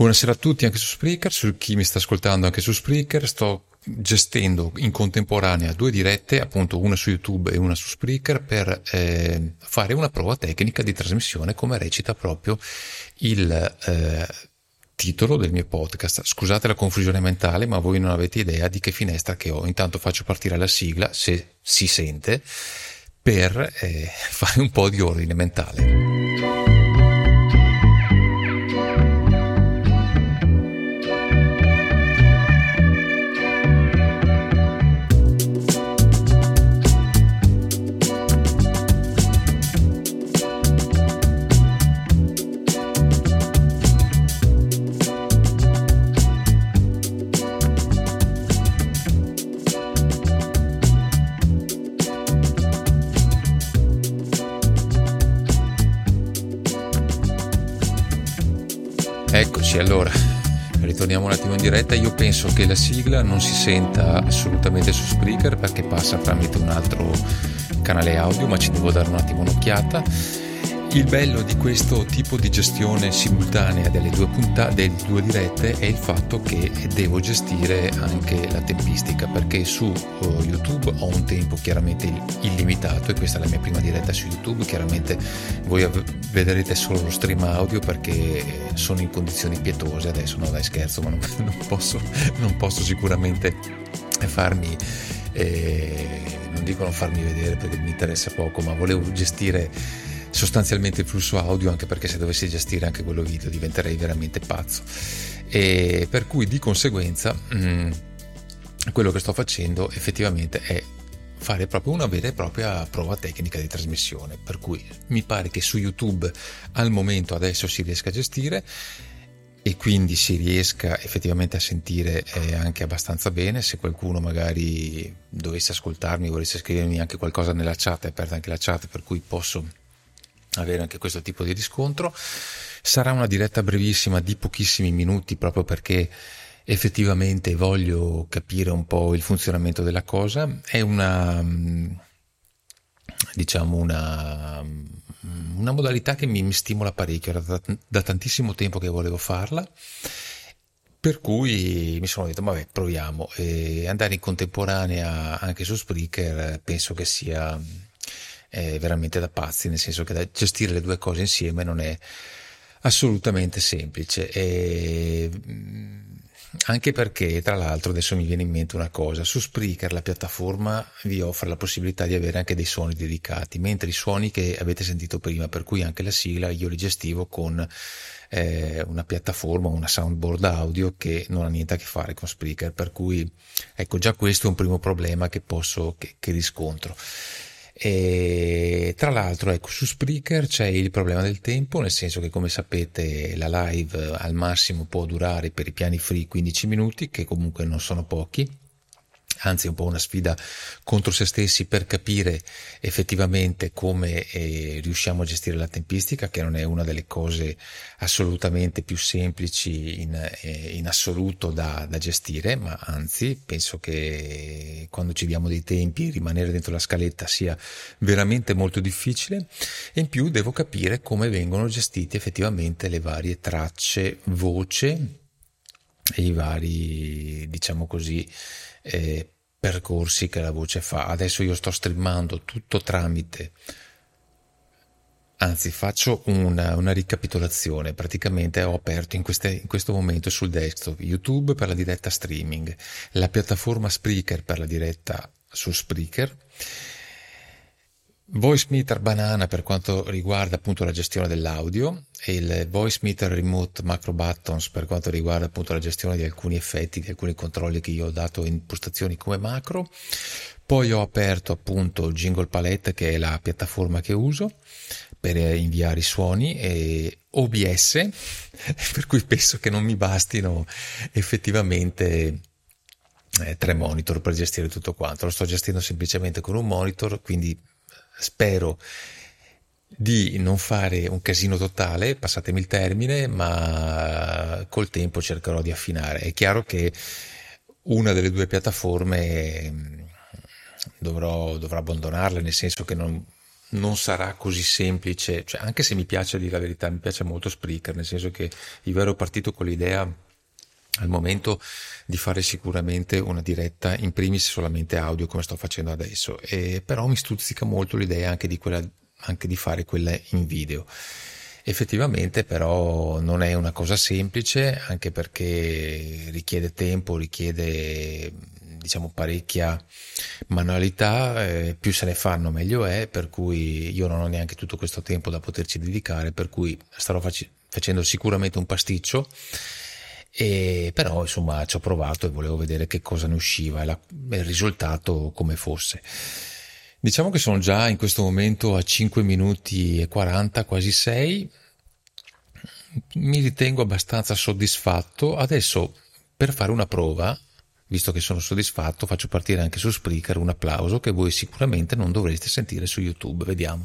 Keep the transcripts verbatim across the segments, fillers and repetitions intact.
Buonasera a tutti anche su Spreaker, su chi mi sta ascoltando anche su Spreaker. Sto gestendo in contemporanea due dirette, appunto una su YouTube e una su Spreaker, per eh, fare una prova tecnica di trasmissione, come recita proprio il eh, titolo del mio podcast. Scusate la confusione mentale, ma voi non avete idea di che finestra che ho. Intanto faccio partire la sigla, se si sente, per eh, fare un po' di ordine mentale. Eccoci, allora ritorniamo un attimo in diretta. Io penso che la sigla non si senta assolutamente su Spreaker perché passa tramite un altro canale audio, ma ci devo dare un attimo un'occhiata. Il bello di questo tipo di gestione simultanea delle due puntate, delle due dirette, è il fatto che devo gestire anche la tempistica, perché su uh, YouTube ho un tempo chiaramente illimitato e questa è la mia prima diretta su YouTube. Chiaramente voi av- vedrete solo lo stream audio perché sono in condizioni pietose adesso. No dai, scherzo, ma non, non posso non posso sicuramente farmi eh, non dico non farmi vedere perché mi interessa poco, ma volevo gestire sostanzialmente il flusso audio, anche perché se dovessi gestire anche quello video diventerei veramente pazzo, e per cui di conseguenza mh, quello che sto facendo effettivamente è fare proprio una vera e propria prova tecnica di trasmissione, per cui mi pare che su YouTube al momento adesso si riesca a gestire e quindi si riesca effettivamente a sentire eh, anche abbastanza bene. Se qualcuno magari dovesse ascoltarmi, volesse scrivermi anche qualcosa nella chat, è aperta anche la chat, per cui posso avere anche questo tipo di riscontro. Sarà una diretta brevissima di pochissimi minuti, proprio perché effettivamente voglio capire un po' il funzionamento della cosa. È una diciamo una una modalità che mi, mi stimola parecchio, era da, da tantissimo tempo che volevo farla, per cui mi sono detto vabbè, proviamo. E andare in contemporanea anche su Spreaker penso che sia è veramente da pazzi, nel senso che da gestire le due cose insieme non è assolutamente semplice, e anche perché tra l'altro adesso mi viene in mente una cosa: su Spreaker la piattaforma vi offre la possibilità di avere anche dei suoni dedicati, mentre i suoni che avete sentito prima, per cui anche la sigla, io li gestivo con eh, una piattaforma, una soundboard audio che non ha niente a che fare con Spreaker, per cui ecco, già questo è un primo problema che posso che, che riscontro. E tra l'altro ecco, su Spreaker c'è il problema del tempo, nel senso che, come sapete, la live al massimo può durare per i piani free quindici minuti, che comunque non sono pochi, anzi è un po' una sfida contro se stessi per capire effettivamente come eh, riusciamo a gestire la tempistica, che non è una delle cose assolutamente più semplici in, eh, in assoluto da, da gestire, ma anzi penso che quando ci diamo dei tempi rimanere dentro la scaletta sia veramente molto difficile. E in più devo capire come vengono gestiti effettivamente le varie tracce voce e i vari, diciamo così, eh, percorsi che la voce fa. Adesso io sto streamando tutto tramite, anzi faccio una, una ricapitolazione. Praticamente ho aperto in, queste, in questo momento sul desktop YouTube per la diretta streaming, la piattaforma Spreaker per la diretta su Spreaker, Voice Meter Banana per quanto riguarda appunto la gestione dell'audio, e il Voice Meter Remote Macro Buttons per quanto riguarda appunto la gestione di alcuni effetti, di alcuni controlli che io ho dato in impostazioni come macro. Poi ho aperto appunto Jingle Palette, che è la piattaforma che uso per inviare i suoni, e O B S, per cui penso che non mi bastino effettivamente eh, tre monitor per gestire tutto quanto. Lo sto gestendo semplicemente con un monitor, quindi spero di non fare un casino totale, passatemi il termine, ma col tempo cercherò di affinare. È chiaro che una delle due piattaforme dovrò, dovrò abbandonarla, nel senso che non, non sarà così semplice, cioè, anche se mi piace, a dire la verità, mi piace molto Spreaker, nel senso che io ero partito con l'idea al momento di fare sicuramente una diretta in primis solamente audio come sto facendo adesso, e però mi stuzzica molto l'idea anche di quella, anche di fare quella in video. Effettivamente però non è una cosa semplice, anche perché richiede tempo, richiede, diciamo, parecchia manualità, eh, più se ne fanno meglio è, per cui io non ho neanche tutto questo tempo da poterci dedicare, per cui starò fac- facendo sicuramente un pasticcio, e però insomma ci ho provato e volevo vedere che cosa ne usciva e la, il risultato come fosse. Diciamo che sono già in questo momento a cinque minuti e quaranta, quasi sei. Mi ritengo abbastanza soddisfatto. Adesso, per fare una prova, visto che sono soddisfatto, faccio partire anche su Spreaker un applauso che voi sicuramente non dovreste sentire su YouTube. Vediamo.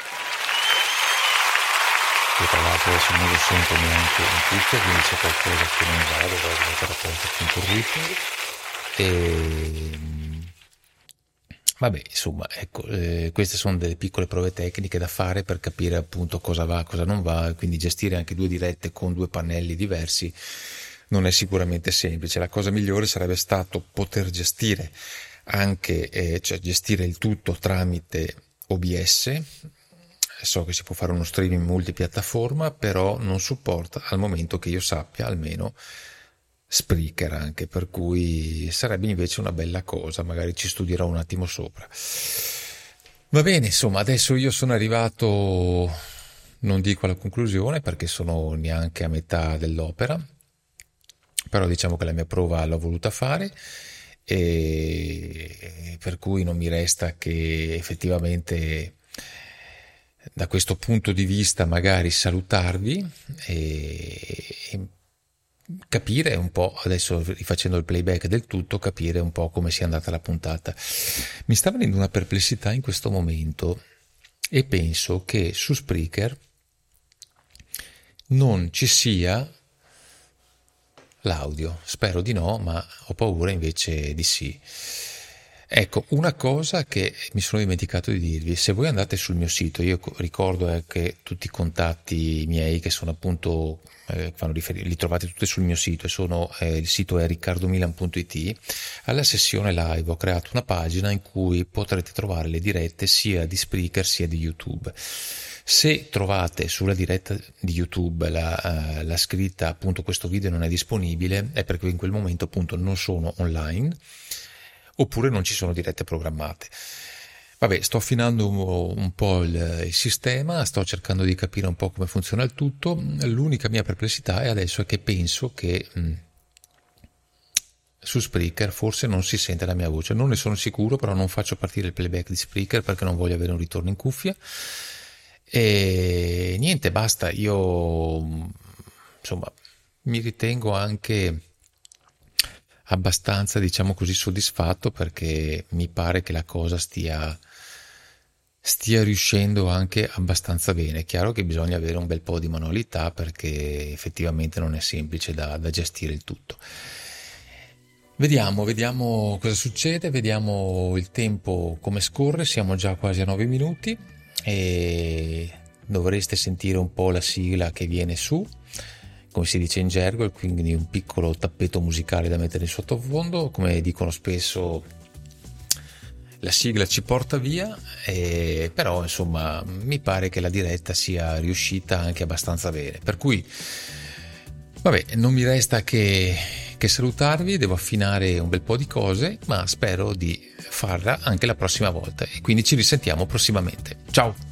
E tra l'altro adesso non lo sento neanche in cuffia, quindi c'è qualcosa che non va, dovrò mettere a posto appunto il router. E vabbè, insomma, ecco, eh, queste sono delle piccole prove tecniche da fare per capire appunto cosa va, cosa non va, quindi gestire anche due dirette con due pannelli diversi non è sicuramente semplice. La cosa migliore sarebbe stato poter gestire anche, eh, cioè gestire il tutto tramite O B S. So che si può fare uno streaming multipiattaforma, però non supporta al momento che io sappia almeno Spreaker, anche, per cui sarebbe invece una bella cosa, magari ci studierò un attimo sopra. Va bene, insomma, adesso io sono arrivato, non dico alla conclusione perché sono neanche a metà dell'opera, però diciamo che la mia prova l'ho voluta fare, e per cui non mi resta che effettivamente da questo punto di vista magari salutarvi e capire un po', adesso rifacendo il playback del tutto, capire un po' come sia andata la puntata. Mi sta venendo una perplessità in questo momento e penso che su Spreaker non ci sia l'audio. Spero di no, ma ho paura invece di sì. Ecco, una cosa che mi sono dimenticato di dirvi: se voi andate sul mio sito, io ricordo eh, che tutti i contatti miei che sono appunto, eh, fanno riferire, li trovate tutti sul mio sito, e sono, eh, il sito è riccardomilan punto it. Alla sessione live ho creato una pagina in cui potrete trovare le dirette sia di Spreaker sia di YouTube. Se trovate sulla diretta di YouTube la, uh, la scritta appunto questo video non è disponibile, è perché in quel momento appunto non sono online, oppure non ci sono dirette programmate. Vabbè, sto affinando un, un po' il, il sistema, sto cercando di capire un po' come funziona il tutto. L'unica mia perplessità è adesso è che penso che mh, su Spreaker forse non si sente la mia voce. Non ne sono sicuro, però non faccio partire il playback di Spreaker perché non voglio avere un ritorno in cuffia. E niente, basta. Io insomma mi ritengo anche abbastanza, diciamo così, soddisfatto, perché mi pare che la cosa stia stia riuscendo anche abbastanza bene. È chiaro che bisogna avere un bel po' di manualità perché effettivamente non è semplice da, da gestire il tutto. Vediamo, vediamo cosa succede, vediamo il tempo come scorre. Siamo già quasi a nove minuti e dovreste sentire un po' la sigla che viene su, come si dice in gergo, e quindi un piccolo tappeto musicale da mettere in sottofondo. Come dicono spesso, la sigla ci porta via, e però insomma mi pare che la diretta sia riuscita anche abbastanza bene, per cui vabbè, non mi resta che, che salutarvi. Devo affinare un bel po' di cose, ma spero di farla anche la prossima volta, e quindi ci risentiamo prossimamente. Ciao!